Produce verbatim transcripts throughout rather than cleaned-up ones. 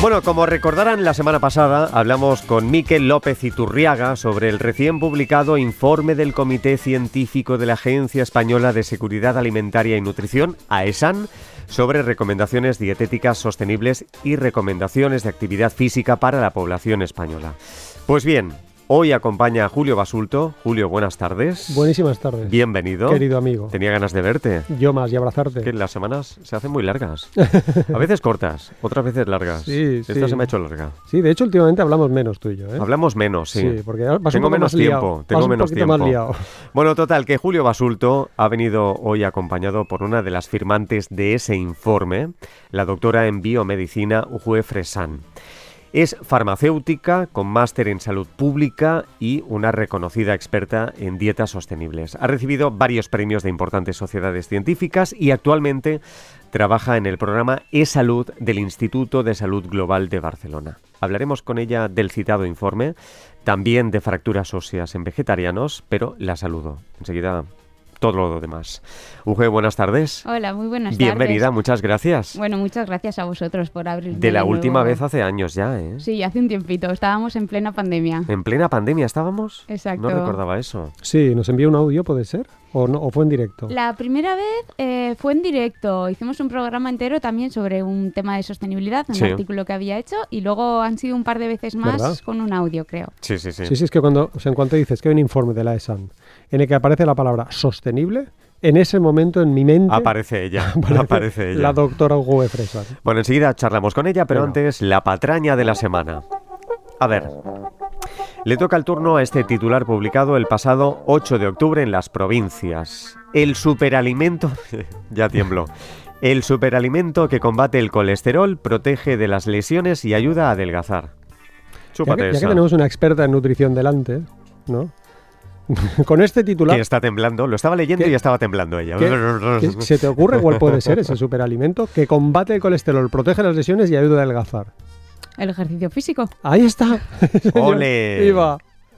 Bueno, como recordarán, la semana pasada hablamos con Miquel López Iturriaga sobre el recién publicado informe del Comité Científico de la Agencia Española de Seguridad Alimentaria y Nutrición, AESAN, sobre recomendaciones dietéticas sostenibles y recomendaciones de actividad física para la población española. Pues bien, hoy acompaña a Julio Basulto. Julio, buenas tardes. Buenísimas tardes. Bienvenido. Querido amigo. Tenía ganas de verte. Yo más, y abrazarte. Que las semanas se hacen muy largas. A veces cortas, otras veces largas. Sí, Esta sí. se me ha hecho larga. Sí, de hecho últimamente hablamos menos tú y yo, ¿eh? Hablamos menos, sí. Sí, porque vas tengo un poco menos más tiempo, liado. tengo vas menos un tiempo. Más liado. Bueno, total, que Julio Basulto ha venido hoy acompañado por una de las firmantes de ese informe, la doctora en biomedicina Ujue Fresan. Es farmacéutica con máster en salud pública y una reconocida experta en dietas sostenibles. Ha recibido varios premios de importantes sociedades científicas y actualmente trabaja en el programa eSalud del Instituto de Salud Global de Barcelona. Hablaremos con ella del citado informe, también de fracturas óseas en vegetarianos, pero la saludo. Enseguida todo lo demás. Uge, buenas tardes. Hola, muy buenas Bienvenida, tardes. Bienvenida, muchas gracias. Bueno, muchas gracias a vosotros por abrir. De la de última nuevo. vez hace años ya, ¿eh? Sí, hace un tiempito. Estábamos en plena pandemia. ¿En plena pandemia estábamos? Exacto. No recordaba eso. Sí, nos envió un audio, ¿puede ser? ¿O no? ¿O fue en directo? La primera vez eh, fue en directo. Hicimos un programa entero también sobre un tema de sostenibilidad, un Sí. artículo que había hecho, y luego han sido un par de veces más ¿Verdad? con un audio, creo. Sí, sí, sí. Sí, sí, es que cuando, o sea, en cuanto dices que hay un informe de la AESAN en el que aparece la palabra sostenible, en ese momento en mi mente Aparece ella, aparece aparece ella. la doctora Ujue Fresan. Bueno, enseguida charlamos con ella, pero Venga. antes la patraña de la semana. A ver, le toca el turno a este titular publicado el pasado ocho de octubre en Las Provincias. El superalimento... ya tiemblo. El superalimento que combate el colesterol, protege de las lesiones y ayuda a adelgazar. Ya Chúpate que, ya esa. que tenemos una experta en nutrición delante, ¿no? Con este titular, Que está temblando, lo estaba leyendo ¿Qué? y ya estaba temblando ella. ¿qué- qué ¿se te ocurre cuál puede ser ese superalimento que combate el colesterol, protege las lesiones y ayuda a adelgazar? El ejercicio físico. Ahí está. Señor. ¡Ole! ¡Viva!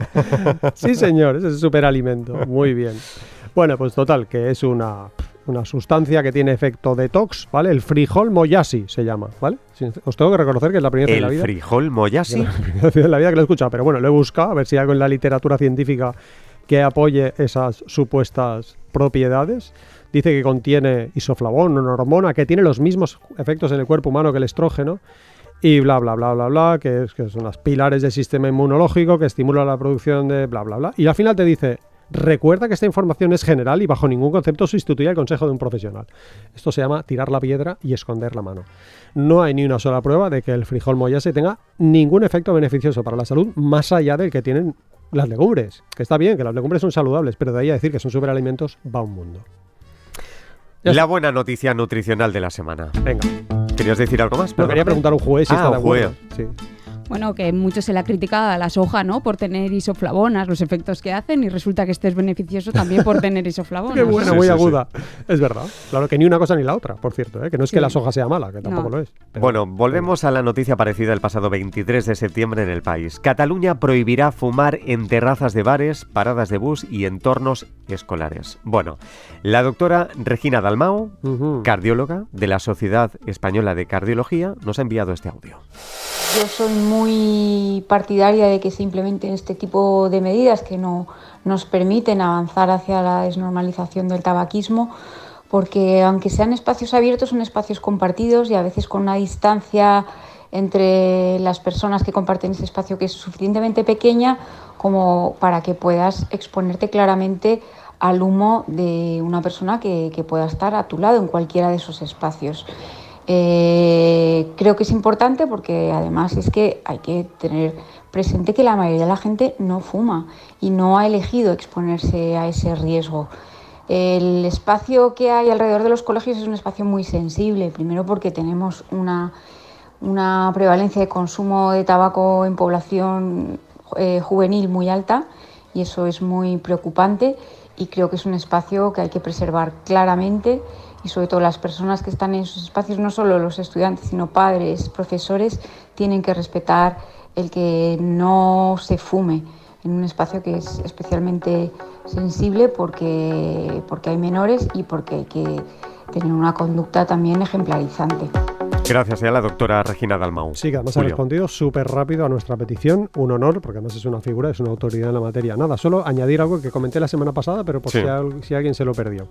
Sí, señor, ese es el superalimento. Muy bien. Bueno, pues total, que es una, una sustancia que tiene efecto detox, ¿vale? El frijol moyasi se llama, ¿vale? Sí, os tengo que reconocer que es la primera vez en la El vida. frijol moyasi. La primera vez en la vida que lo he escuchado, pero bueno, lo he buscado a ver si hay algo en la literatura científica que apoye esas supuestas propiedades. Dice que contiene isoflavón, una hormona que tiene los mismos efectos en el cuerpo humano que el estrógeno, y bla, bla, bla, bla, bla, que, es, que son los pilares del sistema inmunológico, que estimula la producción de bla, bla, bla. Y al final te dice, recuerda que esta información es general y bajo ningún concepto sustituye el consejo de un profesional. Esto se llama tirar la piedra y esconder la mano. No hay ni una sola prueba de que el frijol moyase tenga ningún efecto beneficioso para la salud más allá del que tienen las legumbres. Que está bien, que las legumbres son saludables, pero de ahí a decir que son superalimentos va un mundo. Ya La está. buena noticia nutricional de la semana. Venga, ¿Querías decir algo más? me Perdóname. quería preguntar a un juez si Ah, está de un juez. acuerdo. Sí. Bueno, que mucho se le ha criticado a la soja, ¿no? Por tener isoflavonas, los efectos que hacen, y resulta que este es beneficioso también por tener isoflavonas. Qué buena, Sí, muy sí, aguda. Es verdad. Claro que ni una cosa ni la otra, por cierto, ¿eh? Que no es que Sí. la soja sea mala, que tampoco No. lo es. Pero- Bueno, volvemos a la noticia aparecida el pasado veintitrés de septiembre en el país. Cataluña prohibirá fumar en terrazas de bares, paradas de bus y entornos escolares. Bueno, la doctora Regina Dalmau, Ujú. cardióloga de la Sociedad Española de Cardiología, nos ha enviado este audio. Yo soy muy partidaria de que se implementen este tipo de medidas que no nos permiten avanzar hacia la desnormalización del tabaquismo, porque aunque sean espacios abiertos, son espacios compartidos y a veces con una distancia entre las personas que comparten ese espacio que es suficientemente pequeña como para que puedas exponerte claramente al humo de una persona que, que pueda estar a tu lado en cualquiera de esos espacios. Eh, creo que es importante porque además es que hay que tener presente que la mayoría de la gente no fuma y no ha elegido exponerse a ese riesgo. El espacio que hay alrededor de los colegios es un espacio muy sensible, primero porque tenemos una, una prevalencia de consumo de tabaco en población eh, juvenil muy alta y eso es muy preocupante y creo que es un espacio que hay que preservar claramente. Y sobre todo las personas que están en esos espacios, no solo los estudiantes, sino padres, profesores, tienen que respetar el que no se fume en un espacio que es especialmente sensible porque, porque hay menores y porque hay que tener una conducta también ejemplarizante. Gracias a la doctora Regina Dalmau. Sí, que además Julio. ha respondido súper rápido a nuestra petición. Un honor, porque además es una figura, es una autoridad en la materia. Nada, solo añadir algo que comenté la semana pasada, pero por Sí. si, al- si alguien se lo perdió.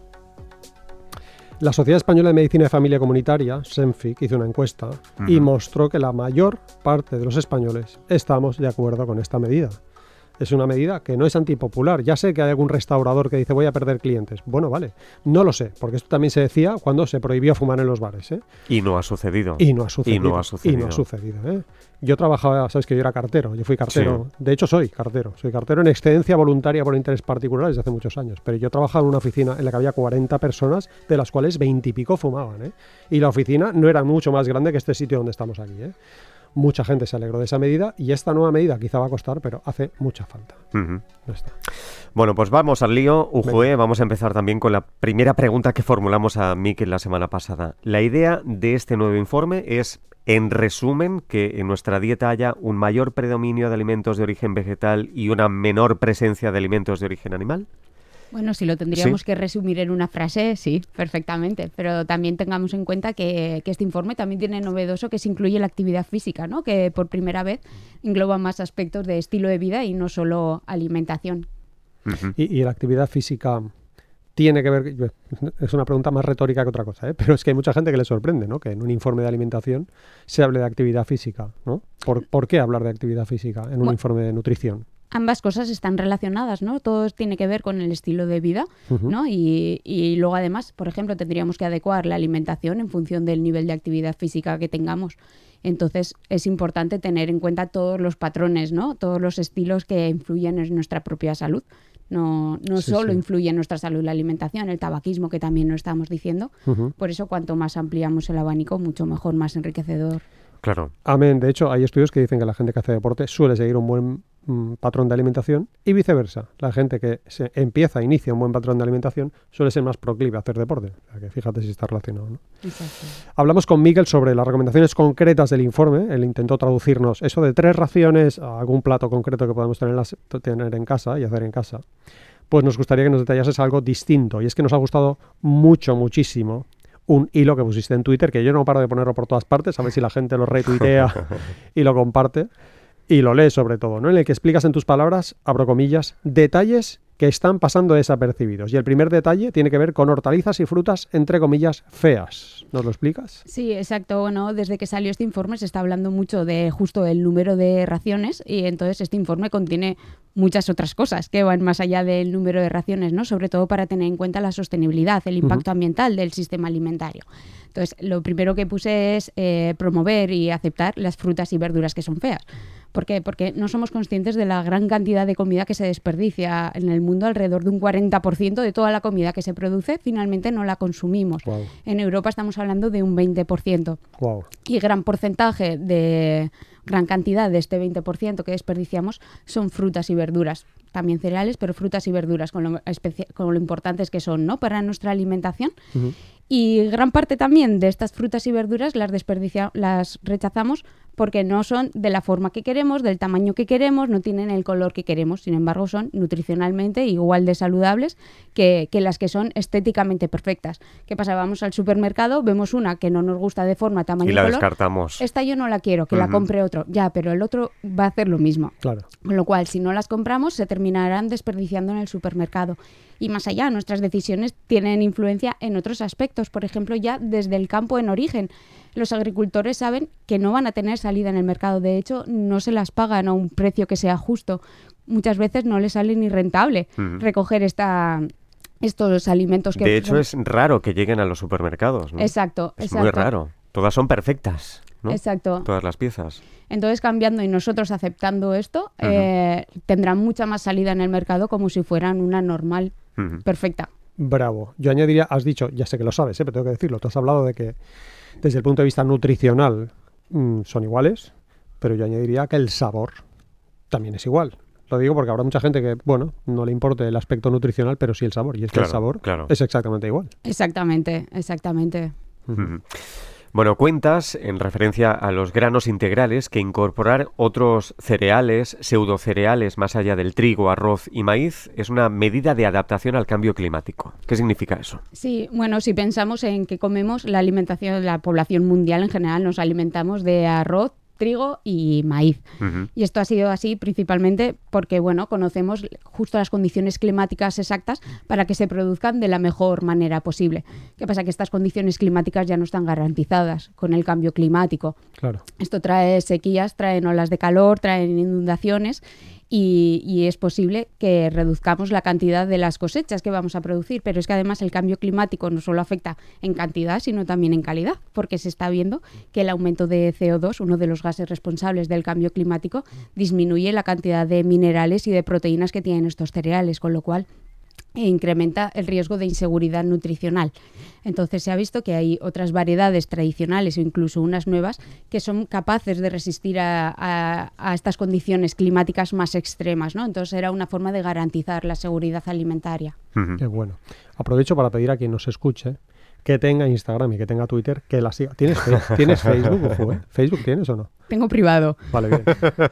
La Sociedad Española de Medicina de Familia Comunitaria, SEMFIC, hizo una encuesta y Ujú. mostró que la mayor parte de los españoles estamos de acuerdo con esta medida. Es una medida que no es antipopular. Ya sé que hay algún restaurador que dice voy a perder clientes. Bueno, vale. No lo sé, porque esto también se decía cuando se prohibió fumar en los bares, ¿eh? Y no ha sucedido. Y no ha sucedido. Y no ha sucedido. Y no ha sucedido, ¿eh? Yo trabajaba, sabes que yo era cartero, yo fui cartero. Sí. De hecho, soy cartero. Soy cartero en excedencia voluntaria por interés particular desde hace muchos años. Pero yo trabajaba en una oficina en la que había cuarenta personas, de las cuales veinte y pico fumaban, ¿eh? Y la oficina no era mucho más grande que este sitio donde estamos aquí, ¿eh? Mucha gente se alegró de esa medida y esta nueva medida quizá va a costar, pero hace mucha falta. Ujú. No está. Bueno, pues vamos al lío, Ujue. Vamos a empezar también con la primera pregunta que formulamos a Mikel la semana pasada. La idea de este nuevo informe es, en resumen, que en nuestra dieta haya un mayor predominio de alimentos de origen vegetal y una menor presencia de alimentos de origen animal. Bueno, si lo tendríamos Sí. que resumir en una frase, sí, perfectamente. Pero también tengamos en cuenta que, que este informe también tiene novedoso que se incluye la actividad física, ¿no? Que por primera vez engloba más aspectos de estilo de vida y no solo alimentación. Ujú. Y, y la actividad física tiene que ver, es una pregunta más retórica que otra cosa, ¿eh? Pero es que hay mucha gente que le sorprende, ¿no? Que en un informe de alimentación se hable de actividad física, ¿no? ¿Por, ¿por qué hablar de actividad física en un Bueno. informe de nutrición? Ambas cosas están relacionadas, ¿no? Todo tiene que ver con el estilo de vida, Ujú. ¿no? Y, y luego además, por ejemplo, tendríamos que adecuar la alimentación en función del nivel de actividad física que tengamos. Entonces es importante tener en cuenta todos los patrones, ¿no? Todos los estilos que influyen en nuestra propia salud. No, no Sí, solo sí. influye en nuestra salud la alimentación, el tabaquismo, que también lo estamos diciendo. Ujú. Por eso, cuanto más ampliamos el abanico, mucho mejor, más enriquecedor. Claro. Amén. De hecho, hay estudios que dicen que la gente que hace deporte suele seguir un buen mm, patrón de alimentación y viceversa. La gente que se empieza, inicia un buen patrón de alimentación suele ser más proclive a hacer deporte. O sea que fíjate si está relacionado, ¿no? Exacto. Hablamos con Miguel sobre las recomendaciones concretas del informe. Él intentó traducirnos eso de tres raciones a algún plato concreto que podamos tener en, las- tener en casa y hacer en casa. Pues nos gustaría que nos detallases algo distinto. Y es que nos ha gustado mucho, muchísimo un hilo que pusiste en Twitter, que yo no paro de ponerlo por todas partes, a ver si la gente lo retuitea y lo comparte. Y lo lee sobre todo, ¿no? En el que explicas en tus palabras, abro comillas, detalles que están pasando desapercibidos. Y el primer detalle tiene que ver con hortalizas y frutas, entre comillas, feas. ¿Nos lo explicas? Sí, exacto. Bueno, desde que salió este informe se está hablando mucho de justo el número de raciones y entonces este informe contiene muchas otras cosas que van más allá del número de raciones, ¿no? Sobre todo para tener en cuenta la sostenibilidad, el impacto ambiental del sistema alimentario. Entonces, lo primero que puse es eh, promover y aceptar las frutas y verduras que son feas. ¿Por qué? Porque no somos conscientes de la gran cantidad de comida que se desperdicia en el mundo. Alrededor de un cuarenta por ciento de toda la comida que se produce finalmente no la consumimos. Wow. En Europa estamos hablando de un veinte por ciento. Wow. Y gran porcentaje de gran cantidad de este veinte por ciento que desperdiciamos son frutas y verduras. También cereales, pero frutas y verduras, con lo, especia- con lo importantes que son, ¿no? Para nuestra alimentación. Ujú. Y gran parte también de estas frutas y verduras las desperdicia- las rechazamos porque no son de la forma que queremos, del tamaño que queremos, no tienen el color que queremos. Sin embargo, son nutricionalmente igual de saludables que, que las que son estéticamente perfectas. ¿Qué pasa? Vamos al supermercado, vemos una que no nos gusta de forma, tamaño Y y la color. descartamos. Esta yo no la quiero, que la Ujú. compre otro. Ya, pero el otro va a hacer lo mismo. Claro. Con lo cual, si no las compramos, se terminarán desperdiciando en el supermercado. Y más allá, nuestras decisiones tienen influencia en otros aspectos. Por ejemplo, ya desde el campo en origen. Los agricultores saben que no van a tener salida en el mercado. De hecho, no se las pagan a un precio que sea justo. Muchas veces no les sale ni rentable Ujú. recoger esta, estos alimentos que... De hecho, son- es raro que lleguen a los supermercados, ¿no? Exacto, Es exacto. muy raro. Todas son perfectas, ¿no? Exacto. Todas las piezas. Entonces, cambiando y nosotros aceptando esto, eh, tendrán mucha más salida en el mercado como si fueran una normal Ujú. perfecta. Bravo. Yo añadiría, has dicho, ya sé que lo sabes, ¿eh? Pero tengo que decirlo, tú has hablado de que desde el punto de vista nutricional mm, son iguales, pero yo añadiría que el sabor también es igual. Lo digo porque habrá mucha gente que, bueno, no le importe el aspecto nutricional, pero sí el sabor. Y es que Claro, el sabor claro. es exactamente igual. Exactamente, exactamente. Ujú. Bueno, cuentas, en referencia a los granos integrales, que incorporar otros cereales, pseudocereales más allá del trigo, arroz y maíz es una medida de adaptación al cambio climático. ¿Qué significa eso? Sí, bueno, si pensamos en que comemos, la alimentación de la población mundial en general nos alimentamos de arroz, trigo y maíz. Uh-huh. Y esto ha sido así principalmente porque, bueno, conocemos justo las condiciones climáticas exactas para que se produzcan de la mejor manera posible. ¿Qué pasa? Que estas condiciones climáticas ya no están garantizadas con el cambio climático. Claro. Esto trae sequías, trae olas de calor, trae inundaciones y, y es posible que reduzcamos la cantidad de las cosechas que vamos a producir, pero es que además el cambio climático no solo afecta en cantidad, sino también en calidad, porque se está viendo que el aumento de C O dos, uno de los gases responsables del cambio climático, disminuye la cantidad de minerales y de proteínas que tienen estos cereales, con lo cual incrementa el riesgo de inseguridad nutricional. Entonces se ha visto que hay otras variedades tradicionales o incluso unas nuevas que son capaces de resistir a, a, a estas condiciones climáticas más extremas, ¿no? Entonces era una forma de garantizar la seguridad alimentaria. Uh-huh. Qué bueno. Aprovecho para pedir a quien nos escuche que tenga Instagram y que tenga Twitter, que la siga. ¿Tienes, fe- ¿tienes Facebook? Ojo, ¿eh? ¿Facebook tienes o no? Tengo privado. Vale, bien.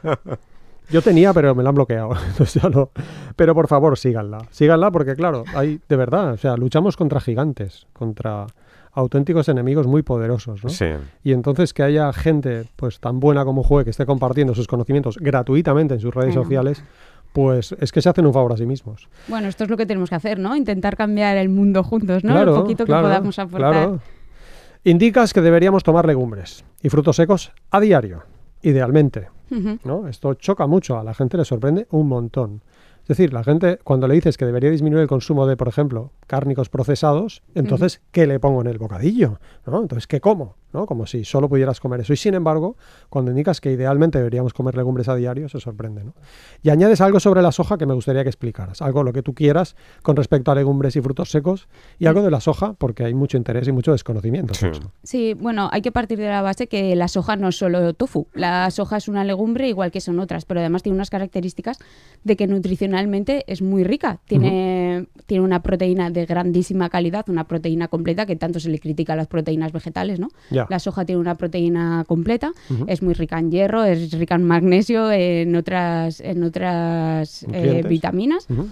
Yo tenía, pero me la han bloqueado. Entonces ya no. Pero por favor, síganla. Síganla porque, claro, hay, de verdad, o sea, luchamos contra gigantes, contra auténticos enemigos muy poderosos, ¿no? Sí. Y entonces que haya gente pues tan buena como Jue que esté compartiendo sus conocimientos gratuitamente en sus redes Bueno. sociales, pues es que se hacen un favor a sí mismos. Bueno, esto es lo que tenemos que hacer, ¿no? Intentar cambiar el mundo juntos, ¿no? Claro, Lo poquito que claro, podamos aportar. claro. Indicas que deberíamos tomar legumbres y frutos secos a diario, idealmente, Uh-huh. ¿no? Esto choca mucho, a la gente le sorprende un montón. Es decir, la gente, cuando le dices que debería disminuir el consumo de, por ejemplo, cárnicos procesados, entonces, uh-huh. ¿qué le pongo en el bocadillo? ¿No? Entonces, ¿qué como? ¿No? Como si solo pudieras comer eso. Y sin embargo, cuando indicas que idealmente deberíamos comer legumbres a diario, se sorprende, ¿no? Y añades algo sobre la soja que me gustaría que explicaras. Algo lo que tú quieras con respecto a legumbres y frutos secos y algo de la soja, porque hay mucho interés y mucho desconocimiento. Sí. Sí, bueno, hay que partir de la base que la soja no es solo tofu. La soja es una legumbre igual que son otras, pero además tiene unas características de que nutricionalmente es muy rica. Tiene, uh-huh. tiene una proteína de grandísima calidad, una proteína completa, que tanto se le critica a las proteínas vegetales, ¿no? Yeah. La soja tiene una proteína completa, uh-huh. es muy rica en hierro, es rica en magnesio, en otras, en otras eh, vitaminas, uh-huh.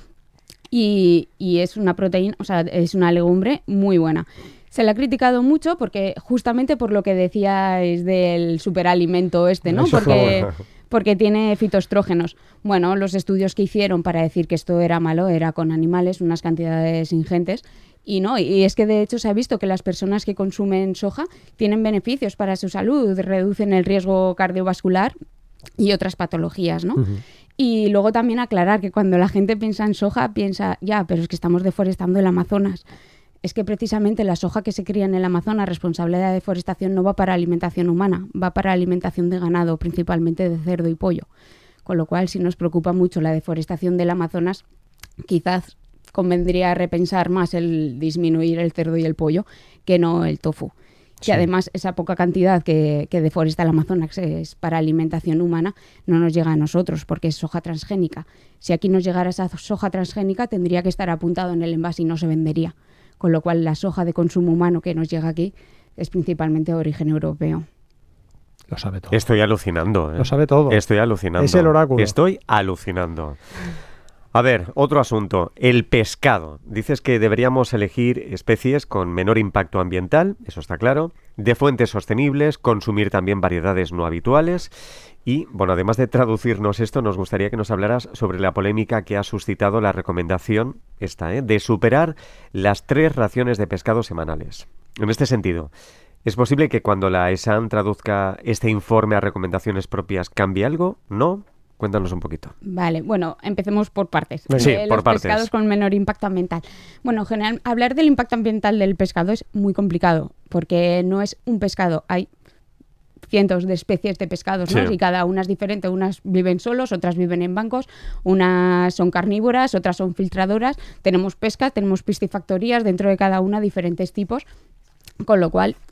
y, y es una proteína, o sea, es una legumbre muy buena. Se le ha criticado mucho porque justamente por lo que decíais del superalimento este, ¿no? Eso, Porque, porque tiene fitoestrógenos. Bueno, los estudios que hicieron para decir que esto era malo era con animales, unas cantidades ingentes. Y no, y es que de hecho se ha visto que las personas que consumen soja tienen beneficios para su salud, reducen el riesgo cardiovascular y otras patologías, ¿no? Uh-huh. Y luego también aclarar que cuando la gente piensa en soja, piensa, ya, pero es que estamos deforestando el Amazonas. Es que precisamente la soja que se cría en el Amazonas, responsable de la deforestación, no va para alimentación humana, va para alimentación de ganado, principalmente de cerdo y pollo. Con lo cual, si nos preocupa mucho la deforestación del Amazonas, quizás convendría repensar más el disminuir el cerdo y el pollo que no el tofu. Sí. Que además esa poca cantidad que, que deforesta el Amazonas es para alimentación humana, no nos llega a nosotros porque es soja transgénica. Si aquí nos llegara esa soja transgénica, tendría que estar apuntado en el envase y no se vendería. Con lo cual la soja de consumo humano que nos llega aquí es principalmente de origen europeo. Lo sabe todo. Estoy alucinando. ¿eh? Lo sabe todo. Estoy alucinando. Es el oráculo. Estoy alucinando. A ver, otro asunto. El pescado. Dices que deberíamos elegir especies con menor impacto ambiental, eso está claro, de fuentes sostenibles, consumir también variedades no habituales. Y, bueno, además de traducirnos esto, nos gustaría que nos hablaras sobre la polémica que ha suscitado la recomendación esta, ¿eh? de superar las tres raciones de pescado semanales. En este sentido, ¿es posible que cuando la E S A N traduzca este informe a recomendaciones propias cambie algo? ¿No? Cuéntanos un poquito. Vale, bueno, empecemos por partes. Sí, eh, por los partes. Pescados con menor impacto ambiental. Bueno, en general, hablar del impacto ambiental del pescado es muy complicado, porque no es un pescado, hay cientos de especies de pescados, ¿no? Sí. Y cada una es diferente. Unas viven solos, otras viven en bancos, unas son carnívoras, otras son filtradoras. Tenemos pesca, tenemos piscifactorías, dentro de cada una diferentes tipos. Con lo cual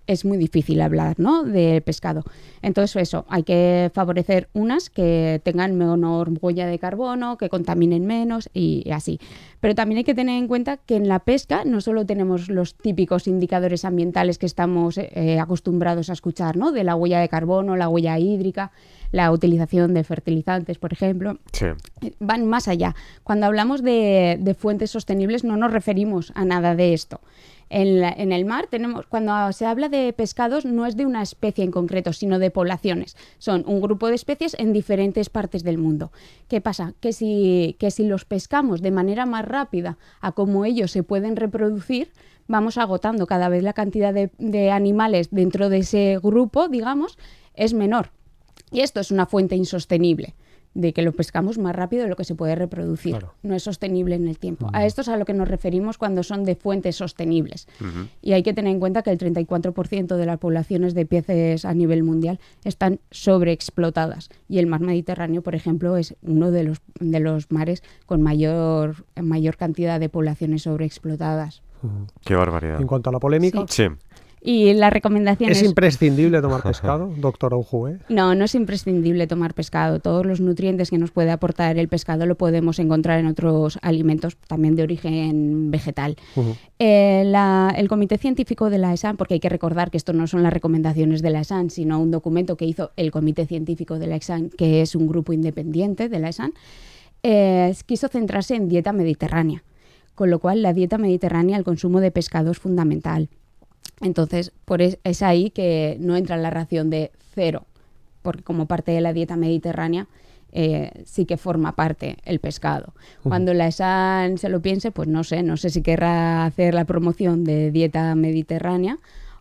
es muy difícil hablar, ¿no?, de pescado. Entonces eso, hay que favorecer unas que tengan menor huella de carbono, que contaminen menos y así. Pero también hay que tener en cuenta que en la pesca no solo tenemos los típicos indicadores ambientales que estamos eh, acostumbrados a escuchar, ¿no?, de la huella de carbono, la huella hídrica, la utilización de fertilizantes, por ejemplo. Sí. Van más allá. Cuando hablamos de, de fuentes sostenibles no nos referimos a nada de esto. En, la, en el mar tenemos, cuando se habla de pescados, no es de una especie en concreto, sino de poblaciones. Son un grupo de especies en diferentes partes del mundo. ¿Qué pasa? Que si, que si los pescamos de manera más rápida a como ellos se pueden reproducir, vamos agotando cada vez la cantidad de, de animales dentro de ese grupo, digamos, es menor. Y esto es una fuente insostenible, de que lo pescamos más rápido de lo que se puede reproducir. Claro. No es sostenible en el tiempo. Uh-huh. A esto es a lo que nos referimos cuando son de fuentes sostenibles. Uh-huh. Y hay que tener en cuenta que el treinta y cuatro por ciento de las poblaciones de peces a nivel mundial están sobreexplotadas. Y el mar Mediterráneo, por ejemplo, es uno de los, de los mares con mayor, mayor cantidad de poblaciones sobreexplotadas. Uh-huh. Qué barbaridad. En cuanto a la polémica... Sí. sí. Y la recomendación ¿Es imprescindible tomar pescado, doctora Ujue? No, no es imprescindible tomar pescado. Todos los nutrientes que nos puede aportar el pescado lo podemos encontrar en otros alimentos, también de origen vegetal. Uh-huh. Eh, la, el Comité Científico de la E S A N, porque hay que recordar que esto no son las recomendaciones de la E S A N, sino un documento que hizo el Comité Científico de la E S A N, que es un grupo independiente de la E S A N, eh, quiso centrarse en dieta mediterránea. Con lo cual, la dieta mediterránea, el consumo de pescado es fundamental. Entonces, por es, es ahí que no entra en la ración de cero, porque como parte de la dieta mediterránea eh, sí que forma parte el pescado. Uh-huh. Cuando la E S A N se lo piense, pues no sé, no sé si querrá hacer la promoción de dieta mediterránea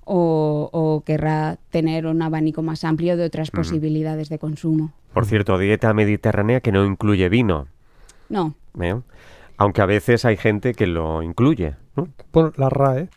o, o querrá tener un abanico más amplio de otras uh-huh. posibilidades de consumo. Por cierto, dieta mediterránea que no incluye vino. No. ¿Eh? Aunque a veces hay gente que lo incluye, ¿no? Bueno, la R A E.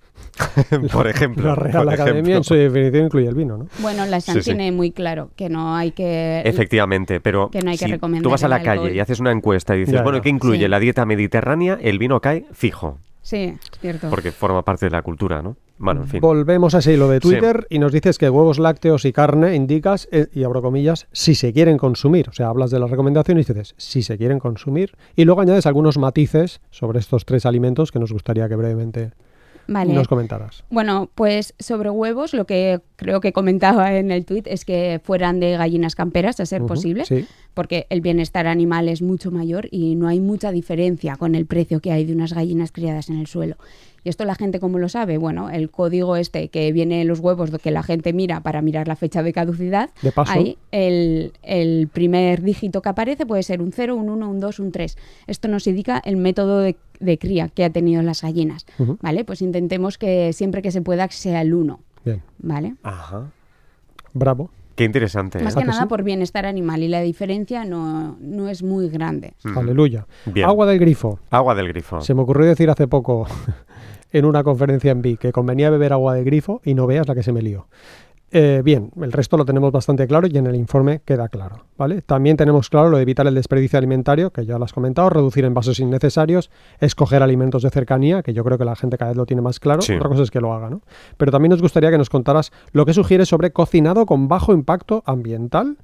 por ejemplo. La Real por Academia ejemplo. En su definición incluye el vino, ¿no? Bueno, la E S A N sí, tiene sí. muy claro que no hay que... Efectivamente, pero que no hay que si recomendar tú vas a la calle alcohol. y haces una encuesta y dices, ya, bueno, ya. ¿qué incluye Sí. la dieta mediterránea? El vino cae fijo, Sí, cierto. porque forma parte de la cultura, ¿no? Bueno, en fin. Volvemos a ese hilo de Twitter Sí. y nos dices que huevos lácteos y carne indicas, eh, y abro comillas, si se quieren consumir. O sea, hablas de las recomendaciones y dices, si se quieren consumir. Y luego añades algunos matices sobre estos tres alimentos que nos gustaría que brevemente Vale. nos comentaras. Bueno, pues sobre huevos, lo que creo que comentaba en el tuit es que fueran de gallinas camperas, a ser Uh-huh, posible, sí. porque el bienestar animal es mucho mayor y no hay mucha diferencia con el precio que hay de unas gallinas criadas en el suelo. Y esto la gente, ¿cómo lo sabe? Bueno, el código este que viene en los huevos, que la gente mira para mirar la fecha de caducidad, De paso. ahí el, el primer dígito que aparece puede ser un cero, un uno, un dos, un tres. Esto nos indica el método de, de cría que ha tenido las gallinas, Uh-huh. ¿vale? Pues intentemos que siempre que se pueda sea el uno, Bien. ¿vale? Ajá. Bravo. Qué interesante. Más ¿eh? que que nada sí? por bienestar animal y la diferencia no, no es muy grande. Ujú. Aleluya. Bien. Agua del grifo. Agua del grifo. Se me ocurrió decir hace poco en una conferencia en Vic que convenía beber agua de grifo y no veas la que se me lió. Eh, bien, el resto lo tenemos bastante claro y en el informe queda claro, ¿vale? También tenemos claro lo de evitar el desperdicio alimentario, que ya lo has comentado, reducir envases innecesarios, escoger alimentos de cercanía, que yo creo que la gente cada vez lo tiene más claro, Sí. otra cosa es que lo haga, ¿no? Pero también nos gustaría que nos contaras lo que sugieres sobre cocinado con bajo impacto ambiental,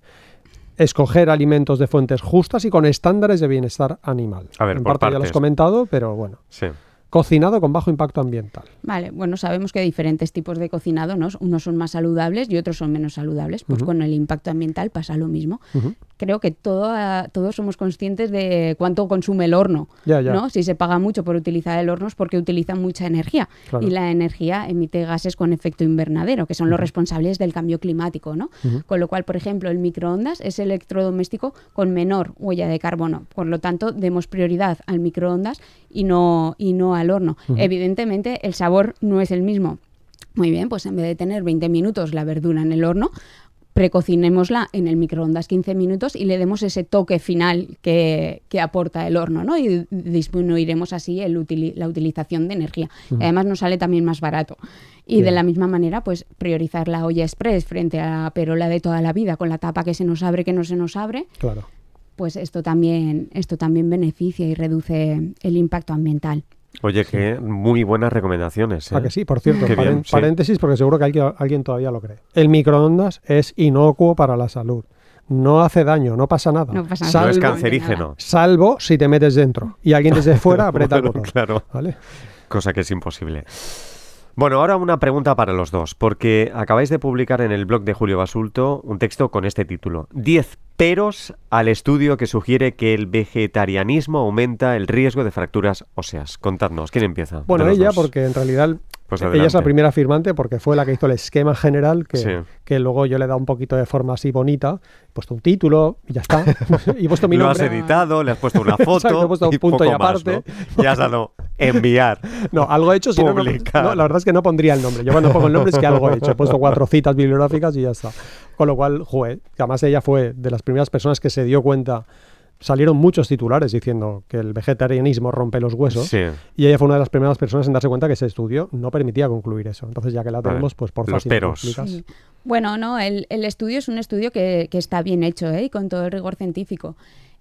escoger alimentos de fuentes justas y con estándares de bienestar animal. A ver, en por parte ya lo has partes. comentado, pero bueno. Sí. Cocinado con bajo impacto ambiental. Vale, bueno, sabemos que hay diferentes tipos de cocinado, ¿no? Unos son más saludables y otros son menos saludables. Pues Uh-huh. con el impacto ambiental pasa lo mismo. Uh-huh. Creo que todo, todos somos conscientes de cuánto consume el horno, Ya, ya. ¿no? Si se paga mucho por utilizar el horno es porque utiliza mucha energía. Claro. Y la energía emite gases con efecto invernadero, que son los responsables del cambio climático, ¿no? Uh-huh. Con lo cual, por ejemplo, el microondas es el electrodoméstico con menor huella de carbono. Por lo tanto, demos prioridad al microondas y no, y no al horno. Uh-huh. Evidentemente, el sabor no es el mismo. Muy bien, pues en vez de tener veinte minutos la verdura en el horno, precocinémosla en el microondas quince minutos y le demos ese toque final que, que aporta el horno, ¿no? Y disminuiremos así el utili- la utilización de energía. Uh-huh. Y además nos sale también más barato. Y Bien. de la misma manera, pues priorizar la olla express frente a la perola de toda la vida, con la tapa que se nos abre, que no se nos abre, Claro. pues esto también, esto también beneficia y reduce el impacto ambiental. Oye, que muy buenas recomendaciones, ¿eh? Ah, que sí, por cierto, Qué paren- bien, sí. paréntesis, porque seguro que alguien, alguien todavía lo cree. El microondas es inocuo para la salud. No hace daño, no pasa nada. No pasa Salvo- No es Salvo- cancerígeno. Salvo si te metes dentro y alguien desde fuera aprieta el Bueno, botón. claro. ¿Vale? Cosa que es imposible. Bueno, ahora una pregunta para los dos, porque acabáis de publicar en el blog de Julio Basulto un texto con este título. diez peros al estudio que sugiere que el vegetarianismo aumenta el riesgo de fracturas óseas. Contadnos, ¿quién empieza? Bueno, de los ella, dos? porque en realidad Pues ella es adelante. la primera firmante porque fue la que hizo el esquema general que, Sí. que luego yo le he dado un poquito de forma así bonita. He puesto un título y ya está. y he puesto mi Lo has nombre. editado, le has puesto una foto Exacto, he puesto un y punto poco y aparte. más, ¿no? Y has dado enviar. No, algo he hecho, si no, no, Publicar. no, la verdad es que no pondría el nombre. Yo cuando pongo el nombre es que algo he hecho. He puesto cuatro citas bibliográficas y ya está. Con lo cual, joder, que además ella fue de las primeras personas que se dio cuenta. Salieron muchos titulares diciendo que el vegetarianismo rompe los huesos. Sí. Y ella fue una de las primeras personas en darse cuenta que ese estudio no permitía concluir eso. Entonces, ya que la Vale. tenemos, pues por Los favor, si nos lo peros. explicas. Sí. Bueno, no, el, el estudio es un estudio que, que está bien hecho, ¿eh? Y con todo el rigor científico.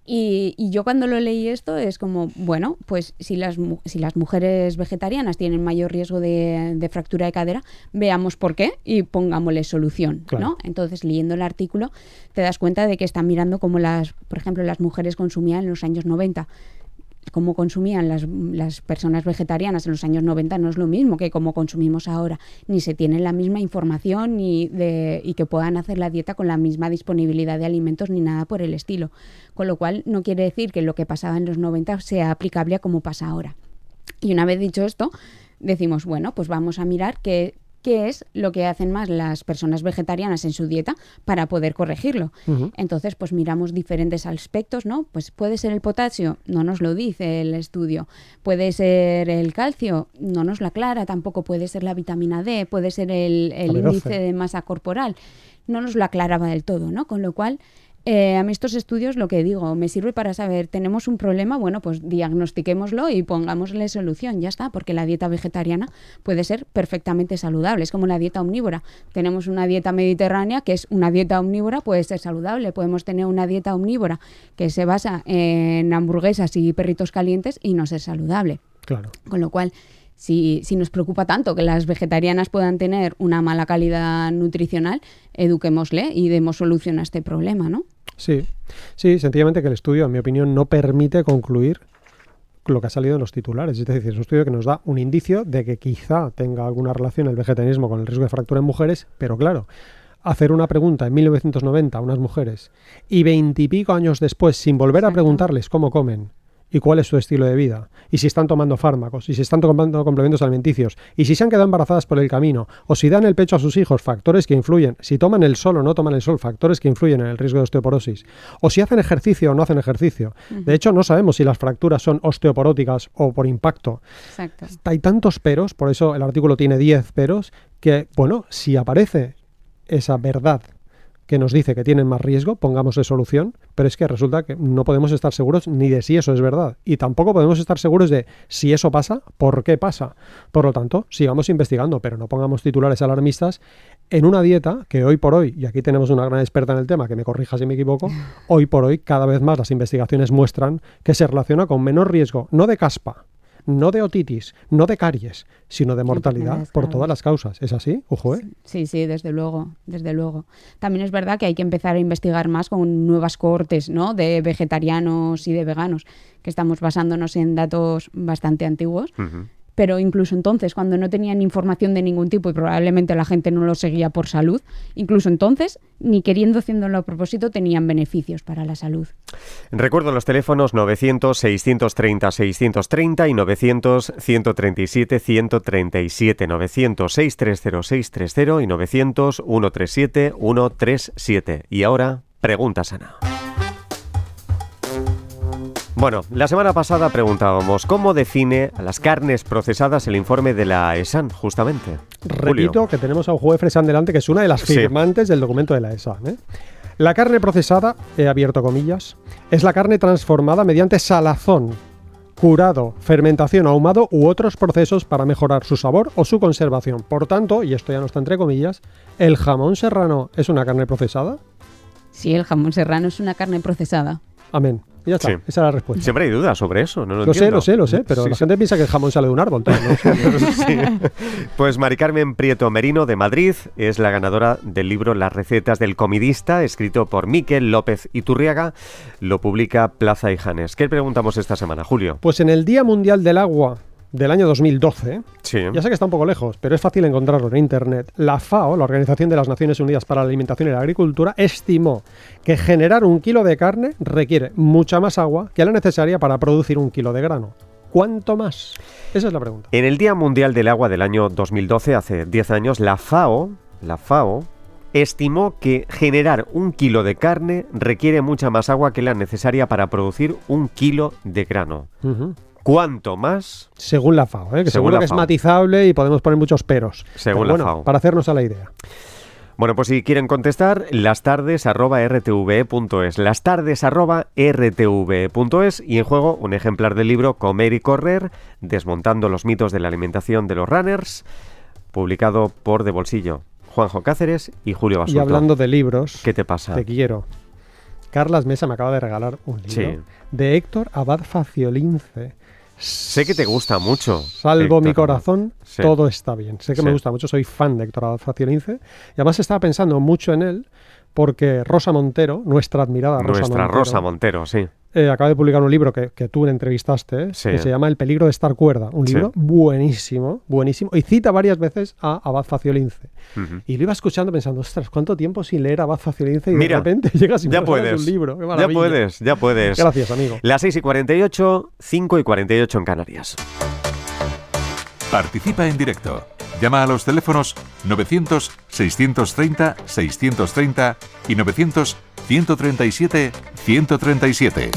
Y, y yo cuando lo leí esto es como, bueno, pues si las, mu- si las mujeres vegetarianas tienen mayor riesgo de, de fractura de cadera, veamos por qué y pongámosle solución, Claro. ¿no? Entonces, leyendo el artículo, te das cuenta de que están mirando cómo las, por ejemplo, las mujeres consumían en los años noventa. Cómo consumían las, las personas vegetarianas en los años noventa no es lo mismo que cómo consumimos ahora, ni se tiene la misma información ni de, y que puedan hacer la dieta con la misma disponibilidad de alimentos ni nada por el estilo. Con lo cual no quiere decir que lo que pasaba en los noventa sea aplicable a como pasa ahora. Y una vez dicho esto, decimos, bueno, pues vamos a mirar qué, qué es lo que hacen más las personas vegetarianas en su dieta para poder corregirlo. Ujú. Entonces, pues miramos diferentes aspectos, ¿no? Pues puede ser el potasio, no nos lo dice el estudio. Puede ser el calcio, no nos lo aclara. Tampoco puede ser la vitamina D, puede ser el, el La B doce. índice de masa corporal. No nos lo aclaraba del todo, ¿no? Con lo cual, eh, a mí estos estudios, lo que digo, me sirve para saber, tenemos un problema, bueno, pues diagnostiquémoslo y pongámosle solución, ya está, porque la dieta vegetariana puede ser perfectamente saludable, es como la dieta omnívora. Tenemos una dieta mediterránea que es una dieta omnívora, puede ser saludable, podemos tener una dieta omnívora que se basa en hamburguesas y perritos calientes y no ser saludable. Claro. Con lo cual, si, si nos preocupa tanto que las vegetarianas puedan tener una mala calidad nutricional, eduquémosle y demos solución a este problema, ¿no? Sí, sí, sencillamente que el estudio, en mi opinión, no permite concluir lo que ha salido en los titulares. Es decir, es un estudio que nos da un indicio de que quizá tenga alguna relación el vegetarianismo con el riesgo de fractura en mujeres, pero claro, hacer una pregunta en mil novecientos noventa a unas mujeres y veintipico años después, sin volver a Exacto. preguntarles cómo comen y cuál es su estilo de vida, y si están tomando fármacos, y si están tomando complementos alimenticios, y si se han quedado embarazadas por el camino, o si dan el pecho a sus hijos, factores que influyen, si toman el sol o no toman el sol, factores que influyen en el riesgo de osteoporosis, o si hacen ejercicio o no hacen ejercicio. De hecho, no sabemos si las fracturas son osteoporóticas o por impacto. Exacto. Hay tantos peros, por eso el artículo tiene diez peros, que, bueno, si aparece esa verdad que nos dice que tienen más riesgo, pongámosle solución, pero es que resulta que no podemos estar seguros ni de si eso es verdad, y tampoco podemos estar seguros de si eso pasa, por qué pasa. Por lo tanto, sigamos investigando, pero no pongamos titulares alarmistas en una dieta que hoy por hoy, y aquí tenemos una gran experta en el tema, que me corrija si me equivoco, hoy por hoy cada vez más las investigaciones muestran que se relaciona con menor riesgo, no de caspa, no de otitis, no de caries, sino de mortalidad enfermedades por graves. todas las causas. ¿Es así? Ojo, ¿eh? Sí, sí, desde luego, desde luego. También es verdad que hay que empezar a investigar más con nuevas cohortes, ¿no? De vegetarianos y de veganos, que estamos basándonos en datos bastante antiguos. Ujú. Pero incluso entonces, cuando no tenían información de ningún tipo y probablemente la gente no lo seguía por salud, incluso entonces, ni queriendo haciéndolo a propósito, tenían beneficios para la salud. Recuerdo los teléfonos novecientos, seiscientos treinta, seiscientos treinta y novecientos, ciento treinta y siete, ciento treinta y siete, novecientos, seiscientos treinta, seiscientos treinta y novecientos, ciento treinta y siete, ciento treinta y siete. Y ahora, preguntas, Ana. Bueno, la semana pasada preguntábamos cómo define a las carnes procesadas el informe de la E S A N, justamente. Repito Julio. que tenemos a un juez Fresan delante, que es una de las Sí. firmantes del documento de la E S A. ¿eh? La carne procesada, he abierto comillas, es la carne transformada mediante salazón, curado, fermentación, ahumado u otros procesos para mejorar su sabor o su conservación. Por tanto, y esto ya no está entre comillas, ¿el jamón serrano es una carne procesada? Sí, el jamón serrano es una carne procesada. Amén. Y ya está, Sí. esa es la respuesta. Siempre hay dudas sobre eso, no lo, Lo sé, entiendo. lo sé, lo sé, pero Sí, la sí. gente piensa que el jamón sale de un árbol. tal, ¿no? Sí. Pues Mari Carmen Prieto Merino de Madrid es la ganadora del libro Las recetas del comidista, escrito por Miquel López Iturriaga. Lo publica Plaza y Janes. ¿Qué preguntamos esta semana, Julio? Pues en el Día Mundial del Agua del año dos mil doce, Sí. ya sé que está un poco lejos, pero es fácil encontrarlo en Internet, la FAO, la Organización de las Naciones Unidas para la Alimentación y la Agricultura, estimó que generar un kilo de carne requiere mucha más agua que la necesaria para producir un kilo de grano. ¿Cuánto más? Esa es la pregunta. En el Día Mundial del Agua del año dos mil doce, hace diez años, la FAO, la FAO estimó que generar un kilo de carne requiere mucha más agua que la necesaria para producir un kilo de grano. Ujú. ¿Cuánto más? Según la FAO, ¿eh? que Según seguro la que es FAO. matizable y podemos poner muchos peros. Según Pero la bueno, FAO. para hacernos a la idea. Bueno, pues si quieren contestar, lastardes arroba r t v punto es, lastardes arroba r t v punto es, y en juego un ejemplar del libro Comer y Correr, desmontando los mitos de la alimentación de los runners, publicado por De Bolsillo, Juanjo Cáceres y Julio Basulto. Y hablando de libros, ¿Qué te pasa? te quiero. Carlas Mesa me acaba de regalar un libro Sí. de Héctor Abad Faciolince. Sé que te gusta mucho. Salvo Héctor mi Abad. corazón, Sí. todo está bien. Sé que Sí. me gusta mucho, soy fan de Héctor Abad Faciolince. Y además estaba pensando mucho en él porque Rosa Montero, nuestra admirada Rosa Nuestra Montero, Rosa Montero, sí. eh, acaba de publicar un libro que, que tú le entrevistaste, eh, Sí. que se llama El peligro de estar cuerda. Un Sí. libro buenísimo, buenísimo. Y cita varias veces a Abad Faciolince. Ujú. Y lo iba escuchando pensando, ostras, ¿cuánto tiempo sin leer a Abad Faciolince? Y Mira, de repente llegas y Ya me regalas puedes. un libro. ¡Qué Ya maravilla! puedes, ya puedes. Gracias, amigo. Las seis y cuarenta y ocho, cinco y cuarenta y ocho en Canarias. Participa en directo. Llama a los teléfonos novecientos, seiscientos treinta, seiscientos treinta y novecientos, ciento treinta y siete, ciento treinta y siete.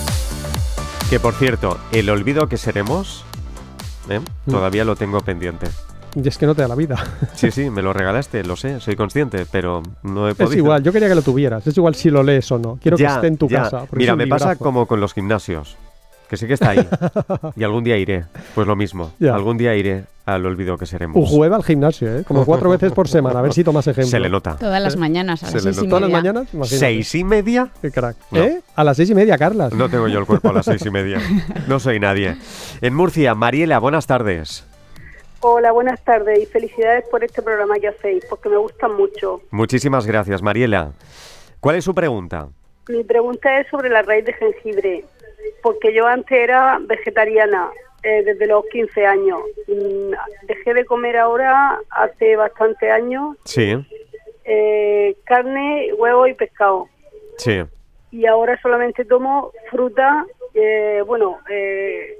Que por cierto, el olvido que seremos, ¿eh? Mm. Todavía lo tengo pendiente. Y es que no te da la vida. Sí, sí, me lo regalaste, lo sé, soy consciente, pero no he Es podido. igual, yo quería que lo tuvieras. Es igual si lo lees o no. Quiero Ya, que esté en tu ya. casa. porque Mira, es un me pasa librazo. como con los gimnasios, que sí que está ahí. Y algún día iré, pues lo mismo. Ya. Algún día iré al olvido que seremos. Ujue va al gimnasio, ¿eh? Como cuatro veces por semana. A ver si tomas ejemplo. Se le nota. Todas las mañanas a Se las le seis y nota. Todas las media. mañanas, imagínate. ¿Seis y media? Qué crack. No. ¿Eh? A las seis y media, Carlas. No tengo yo el cuerpo a las seis y media. No soy nadie. En Murcia, Mariela, buenas tardes. Hola, buenas tardes y felicidades por este programa que hacéis, porque me gustan mucho. Muchísimas gracias, Mariela. ¿Cuál es su pregunta? Mi pregunta es sobre la raíz de jengibre, porque yo antes era vegetariana eh, desde los quince años. Mm, Dejé de comer ahora hace bastante años Sí, eh, carne, huevo y pescado. sí. Y ahora solamente tomo fruta, eh, bueno, eh,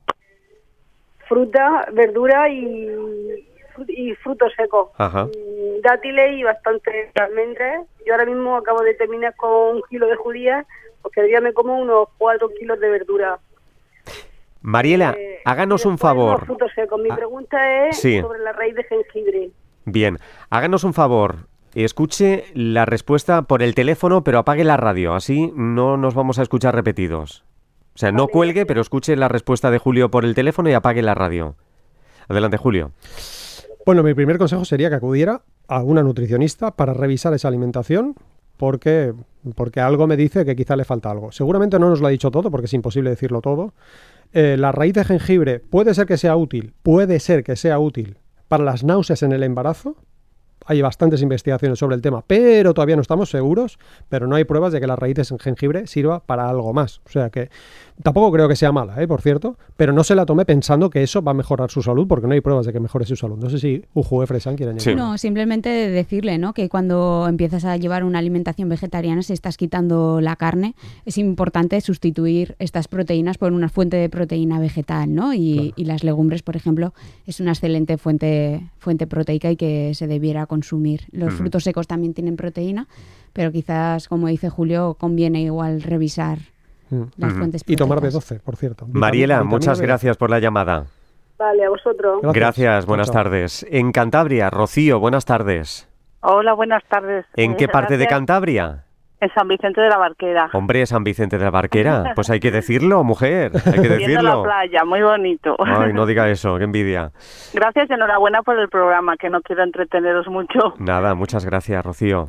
fruta, verdura y, y frutos secos. Ajá. Mm, Dátiles y bastante almendras. Yo ahora mismo acabo de terminar con un kilo de judías, porque al día me como unos cuatro kilos de verdura. Mariela, Eh, háganos y un después unos favor. frutos secos. Mi Ah, pregunta es sí. sobre la raíz de jengibre. Bien, háganos un favor. Escuche la respuesta por el teléfono, pero apague la radio. Así no nos vamos a escuchar repetidos. O sea, no Vale, cuelgue, gracias. pero escuche la respuesta de Julio por el teléfono y apague la radio. Adelante, Julio. Bueno, mi primer consejo sería que acudiera a una nutricionista para revisar esa alimentación, porque, porque algo me dice que quizá le falta algo. Seguramente no nos lo ha dicho todo, porque es imposible decirlo todo. Eh, la raíz de jengibre puede ser que sea útil, puede ser que sea útil para las náuseas en el embarazo. Hay bastantes investigaciones sobre el tema, pero todavía no estamos seguros, pero no hay pruebas de que la raíz de jengibre sirva para algo más. O sea que tampoco creo que sea mala, ¿eh? Por cierto, pero no se la tome pensando que eso va a mejorar su salud, porque no hay pruebas de que mejore su salud. No sé si Ujue Fresan quiere añadir. Sí. No, simplemente decirle, ¿no?, que cuando empiezas a llevar una alimentación vegetariana, si estás quitando la carne, es importante sustituir estas proteínas por una fuente de proteína vegetal, ¿no? Y, Claro. y las legumbres, por ejemplo, es una excelente fuente, fuente proteica y que se debiera consumir. Los Ujú. frutos secos también tienen proteína, pero quizás, como dice Julio, conviene igual revisar Mm. las Ujú. fuentes Y tomar proteicas. B doce, por cierto. Vitam- Mariela, vitamina muchas B doce. gracias por la llamada. Vale, a vosotros. Gracias. Gracias, Chao, buenas chao. tardes. En Cantabria, Rocío, buenas tardes. Hola, buenas tardes. ¿En Eh, qué parte de gracias. Cantabria? En San Vicente de la Barquera. Hombre, San Vicente de la Barquera. Pues hay que decirlo, mujer. Hay que Viendo la decirlo. playa, muy bonito. Ay, no diga eso, qué envidia. Gracias y enhorabuena por el programa, que no quiero entreteneros mucho. Nada, muchas gracias, Rocío.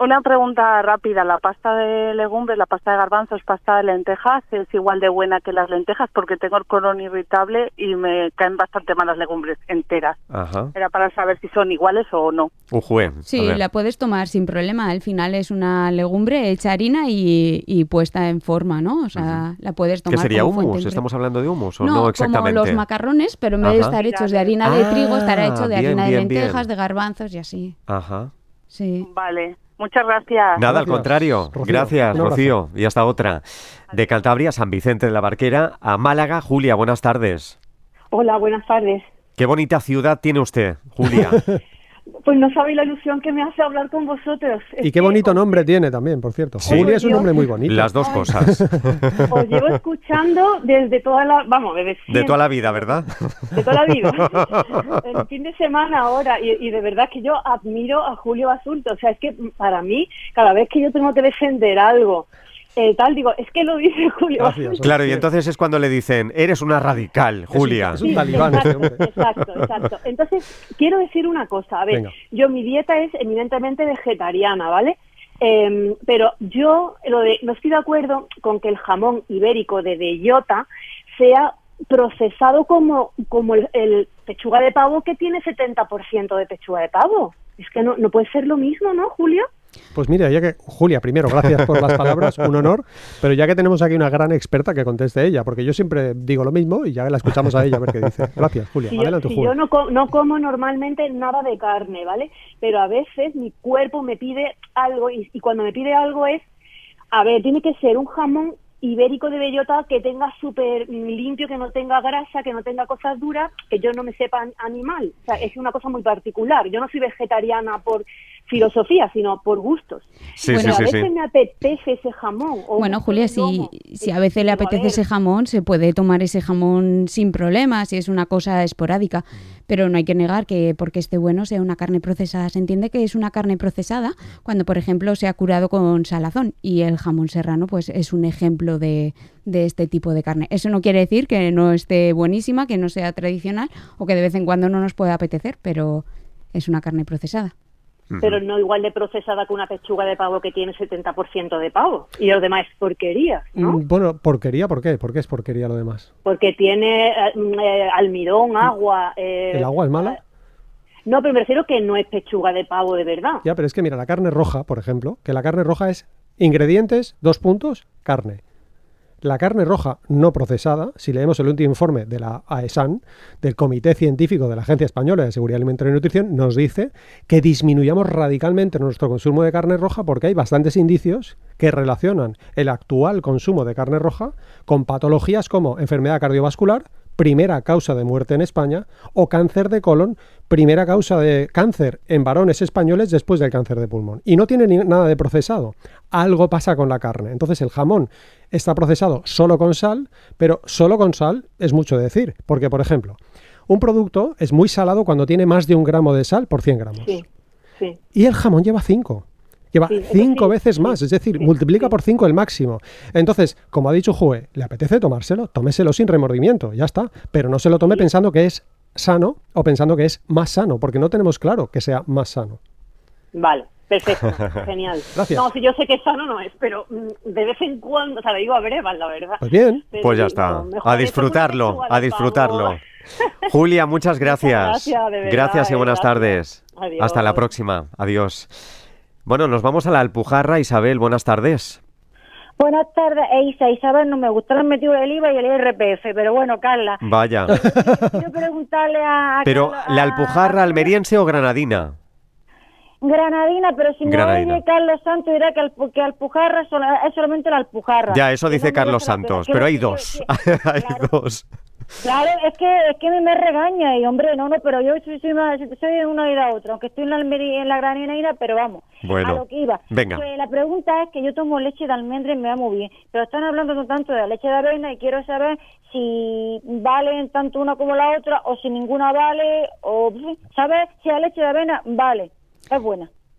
Una pregunta rápida. ¿La pasta de legumbres, la pasta de garbanzos, pasta de lentejas es igual de buena que las lentejas? Porque tengo el colon irritable y me caen bastante mal las legumbres enteras. Ajá. Era para saber si son iguales o no. Ujue, Sí, la puedes tomar sin problema. Al final es una legumbre hecha harina y, y puesta en forma, ¿no? O sea, uh-huh. la puedes tomar. ¿Qué sería como humus? fuente. ¿Estamos hablando de humus o no, no exactamente? Como los macarrones, pero en vez de Ajá. estar hechos de harina de ah, trigo, estará hecho de bien, harina bien, de lentejas, bien. de garbanzos y así. Ajá. Sí. Vale. Muchas gracias. Nada, Gracias, al contrario. Rocío. Gracias, Un Rocío. Y hasta otra. De Cantabria, San Vicente de la Barquera, a Málaga. Julia, buenas tardes. Hola, buenas tardes. Qué bonita ciudad tiene usted, Julia. Pues no sabéis la ilusión que me hace hablar con vosotros. Es y qué bonito nombre tiene también, por cierto. Sí. Julia es un Dios. nombre muy bonito. Las dos Ay. cosas. Os llevo escuchando desde toda la... Vamos, desde De siempre, toda la vida, ¿verdad? de toda la vida. El fin de semana ahora. Y, y de verdad que yo admiro a Julio Basulto. O sea, es que para mí, cada vez que yo tengo que defender algo... Eh, tal, digo, es que lo dice Julio. Gracias. Claro, y entonces es cuando le dicen, eres una radical, Julia. Es un talibán este exacto, hombre. exacto, exacto. Entonces, quiero decir una cosa. A ver, Venga. yo mi dieta es eminentemente vegetariana, ¿vale? Eh, pero yo lo de, no estoy de acuerdo con que el jamón ibérico de bellota sea procesado como, como el, el pechuga de pavo que tiene setenta por ciento de pechuga de pavo. Es que no, no puede ser lo mismo, ¿no, Julio? Pues mira, ya que, Julia, primero, gracias por las palabras, un honor, pero ya que tenemos aquí una gran experta, que conteste ella, porque yo siempre digo lo mismo y ya la escuchamos a ella a ver qué dice. Gracias, Julia. Si Adelante, yo, si Julia. yo no, co no como normalmente nada de carne, ¿vale? Pero a veces mi cuerpo me pide algo y, y cuando me pide algo es, a ver, tiene que ser un jamón ibérico de bellota que tenga súper limpio, que no tenga grasa, que no tenga cosas duras, que yo no me sepa animal. O sea, es una cosa muy particular. Yo no soy vegetariana por filosofía, sino por gustos. Sí, bueno, sí, a sí, veces sí. me apetece ese jamón. O Bueno, un Julia, si, lomo. si a veces le Digo, a apetece ver, ese jamón, se puede tomar ese jamón sin problemas, si es una cosa esporádica. Pero no hay que negar que porque esté bueno sea una carne procesada. Se entiende que es una carne procesada cuando, por ejemplo, se ha curado con salazón. Y el jamón serrano pues es un ejemplo de, de este tipo de carne. Eso no quiere decir que no esté buenísima, que no sea tradicional o que de vez en cuando no nos pueda apetecer, pero es una carne procesada. pero no igual de procesada que una pechuga de pavo que tiene setenta por ciento de pavo. Y lo demás es porquería, ¿no? Mm, Bueno, porquería, ¿por qué? ¿Por qué es porquería lo demás? Porque tiene eh, eh, almidón, agua... Eh, ¿El agua es mala? No, pero me refiero que no es pechuga de pavo de verdad. Ya, pero es que mira, la carne roja, por ejemplo, que la carne roja es ingredientes, dos puntos, carne. La carne roja no procesada, si leemos el último informe de la AESAN, del Comité Científico de la Agencia Española de Seguridad Alimentaria y Nutrición, nos dice que disminuyamos radicalmente nuestro consumo de carne roja porque hay bastantes indicios que relacionan el actual consumo de carne roja con patologías como enfermedad cardiovascular, primera causa de muerte en España, o cáncer de colon, primera causa de cáncer en varones españoles después del cáncer de pulmón. Y no tiene ni nada de procesado. Algo pasa con la carne. Entonces el jamón está procesado solo con sal, pero solo con sal es mucho decir. Porque, por ejemplo, un producto es muy salado cuando tiene más de un gramo de sal por cien gramos. Sí, sí. Y el jamón lleva cinco. Lleva Sí, cinco sí, veces sí, más, es decir, sí, multiplica sí. por cinco el máximo. Entonces, como ha dicho Jue, le apetece tomárselo, tómeselo sin remordimiento, ya está. Pero no se lo tome Sí. pensando que es sano o pensando que es más sano, porque no tenemos claro que sea más sano. Vale, perfecto, genial. Gracias. No, si yo sé que sano no es, pero mm, de vez en cuando, o sea, lo digo a brevas, la verdad. Pues bien. Pero Pues ya digo, está. mejor A eso que una disfrutarlo, pechuga a de disfrutarlo. pavo. Julia, muchas gracias. gracias, de verdad, Gracias y eh, buenas gracias. tardes. Adiós. Hasta la próxima. Adiós. Bueno, nos vamos a la Alpujarra. Isabel, buenas tardes. Buenas tardes, e Isa, Isabel, no me gusta, le han metido el I V A y el I R P F, pero bueno, Carla, Vaya. quiero preguntarle a... a Pero, Carla- ¿la a- Alpujarra almeriense o granadina? Granadina, pero si me Granadina. oye Carlos Santos dirá que, Alpu- que Alpujarra sola- es solamente la Alpujarra. Ya, eso Que dice no Carlos merece la pena. Santos, Que- pero hay que- dos. que- Hay claro, dos. claro, es que es que me regaña y hombre, no, no, pero yo soy, soy, una, soy de una y la otra, aunque estoy en la, Almeri- en la Granadina, pero vamos, Bueno, a lo que iba. venga. Que la pregunta es que yo tomo leche de almendra y me va muy bien, pero están hablando no tanto de la leche de avena y quiero saber si valen tanto una como la otra o si ninguna vale, o ¿sabes? Si la leche de avena vale, es buena.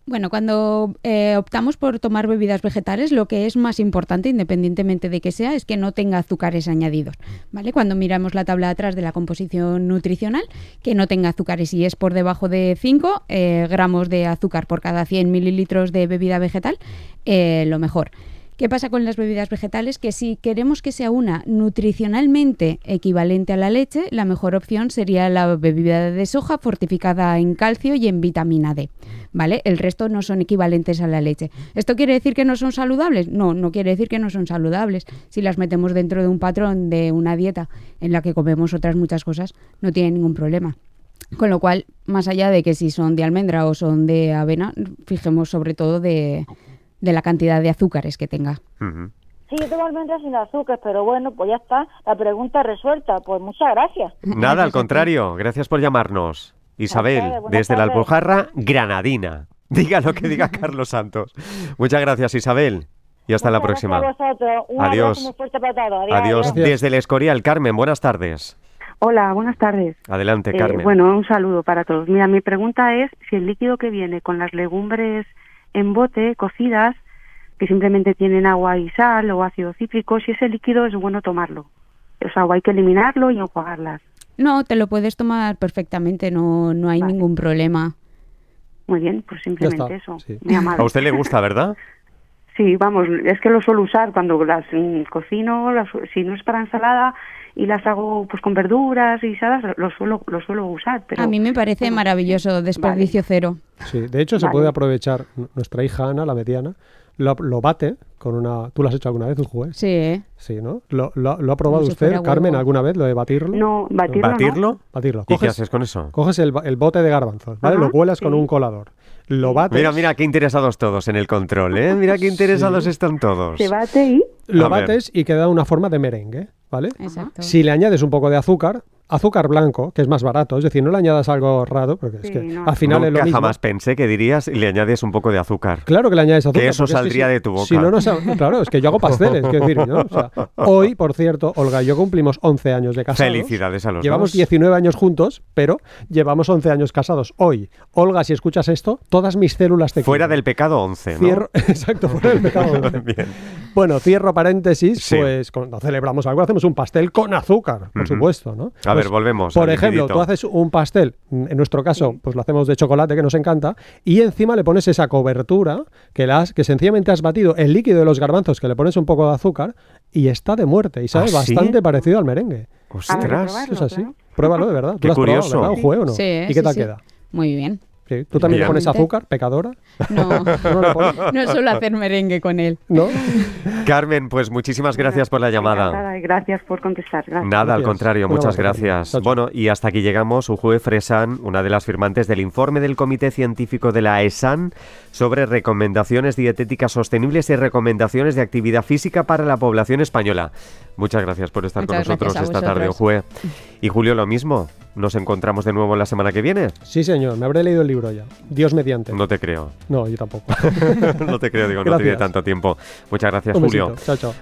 Bueno, cuando eh, optamos por tomar bebidas vegetales, lo que es más importante, independientemente de que sea, es que no tenga azúcares añadidos, ¿vale? Cuando miramos la tabla de atrás de la composición nutricional, que no tenga azúcares. Si es por debajo de cinco eh, gramos de azúcar por cada cien mililitros de bebida vegetal, eh, lo mejor. ¿Qué pasa con las bebidas vegetales? Que si queremos que sea una nutricionalmente equivalente a la leche, la mejor opción sería la bebida de soja fortificada en calcio y en vitamina D, ¿vale? El resto no son equivalentes a la leche. ¿Esto quiere decir que no son saludables? No, no quiere decir que no son saludables. Si las metemos dentro de un patrón de una dieta en la que comemos otras muchas cosas, no tiene ningún problema. Con lo cual, más allá de que si son de almendra o son de avena, fijemos sobre todo de... de la cantidad de azúcares que tenga. Uh-huh. Sí, yo tomo almendras sin azúcar, pero bueno, pues ya está, la pregunta resuelta. Pues muchas gracias. Nada, al contrario, gracias por llamarnos. Isabel, Buenas tardes, desde la buenas tardes. Alpujarra Granadina. Diga lo que diga Carlos Santos. Muchas gracias, Isabel. Y hasta la Muchas próxima. gracias a vosotros. Un Adiós. abrazo muy fuerte para todos. Adiós. Adiós. Gracias. Desde el Escorial, Carmen, buenas tardes. Hola, buenas tardes. Adelante, Eh, Carmen. bueno, un saludo para todos. Mira, mi pregunta es si el líquido que viene con las legumbres en bote, cocidas, que simplemente tienen agua y sal o ácido cítrico, si ese líquido es bueno tomarlo. O sea, o hay que eliminarlo y enjuagarlas. No, te lo puedes tomar perfectamente, no, no hay Vale. ningún problema. Muy bien, pues simplemente está, eso. sí. Muy amable. A usted le gusta, ¿verdad? Sí, vamos, es que lo suelo usar cuando las mm, cocino, las, si no es para ensalada y las hago pues con verduras y saladas, lo suelo lo suelo usar. Pero, A mí me parece bueno, maravilloso, desperdicio cero. Sí, de hecho se Vale. puede aprovechar. N- Nuestra hija Ana, la mediana, lo, lo bate con una... ¿Tú lo has hecho alguna vez, un jugué? Sí, ¿eh? Sí, ¿no? ¿Lo, lo, lo ha probado Como si usted, fuera Carmen, huevo. alguna vez, lo de batirlo? No, batirlo, ¿Batirlo? Batirlo. ¿Y qué Coges, haces con eso? coges el, ba- el bote de garbanzos, ¿vale? Ajá, Lo cuelas con sí. un colador. Lo bates... Mira, mira, qué interesados todos en el control, ¿eh? Mira qué interesados están todos. Se bate y... Lo A ver. bates y queda una forma de merengue, ¿vale? Exacto. Si le añades un poco de azúcar, azúcar blanco, que es más barato, es decir, no le añadas algo raro, porque es Sí, que no. al final es lo Nunca mismo. jamás pensé que dirías y le añades un poco de azúcar. Claro que le añades azúcar. Que eso porque es saldría si- de tu boca. Si no, no sal- claro, es que yo hago pasteles, quiero decir, ¿no? O sea, hoy, por cierto, Olga y yo cumplimos once años de casados. Felicidades a los Llevamos dos. diecinueve años juntos, pero llevamos once años casados. Hoy, Olga, si escuchas esto, todas mis células te Fuera quieren. del pecado once, ¿no? Cierro, exacto, fuera del pecado. Bien. Bueno, cierro paréntesis, Sí. pues cuando celebramos algo hacemos un pastel con azúcar, por Ujú. supuesto, ¿no? A ver, Pues, volvemos Por al ejemplo, liquidito. tú haces un pastel, en nuestro caso, pues lo hacemos de chocolate, que nos encanta, y encima le pones esa cobertura que, la has- que sencillamente has batido el líquido de los garbanzos, que le pones un poco de azúcar, y está de muerte, y sabe ¿Ah, sí? bastante parecido al merengue. Ostras. probarlo. Es así. claro. Pruébalo, de verdad. ¿Tú Qué lo has probado, curioso. ¿verdad? ¿Un juego o no? Sí, ¿Y qué sí, tal sí. queda? Muy bien. Sí. ¿Tú también le Bien. pones azúcar, pecadora? No, ¿No le pones? no suelo hacer merengue con él. ¿No? Carmen, pues muchísimas gracias por la llamada. Encantada y gracias por contestar. Gracias. Nada, al Gracias. contrario, Un muchas abrazo, Carmen. gracias. Chao, chao. Bueno, y hasta aquí llegamos. Ujue Fresan, una de las firmantes del informe del Comité Científico de la ESAN sobre recomendaciones dietéticas sostenibles y recomendaciones de actividad física para la población española. Muchas gracias por estar Muchas con nosotros gracias a esta tarde, vosotros. Ujue. Y Julio, lo mismo. Nos encontramos de nuevo la semana que viene. Sí, señor, me habré leído el libro ya. Dios mediante. No te creo. No, yo tampoco. No te creo, digo, no tiene Gracias. tanto tiempo. Muchas gracias, Un Julio. besito. Chao, chao.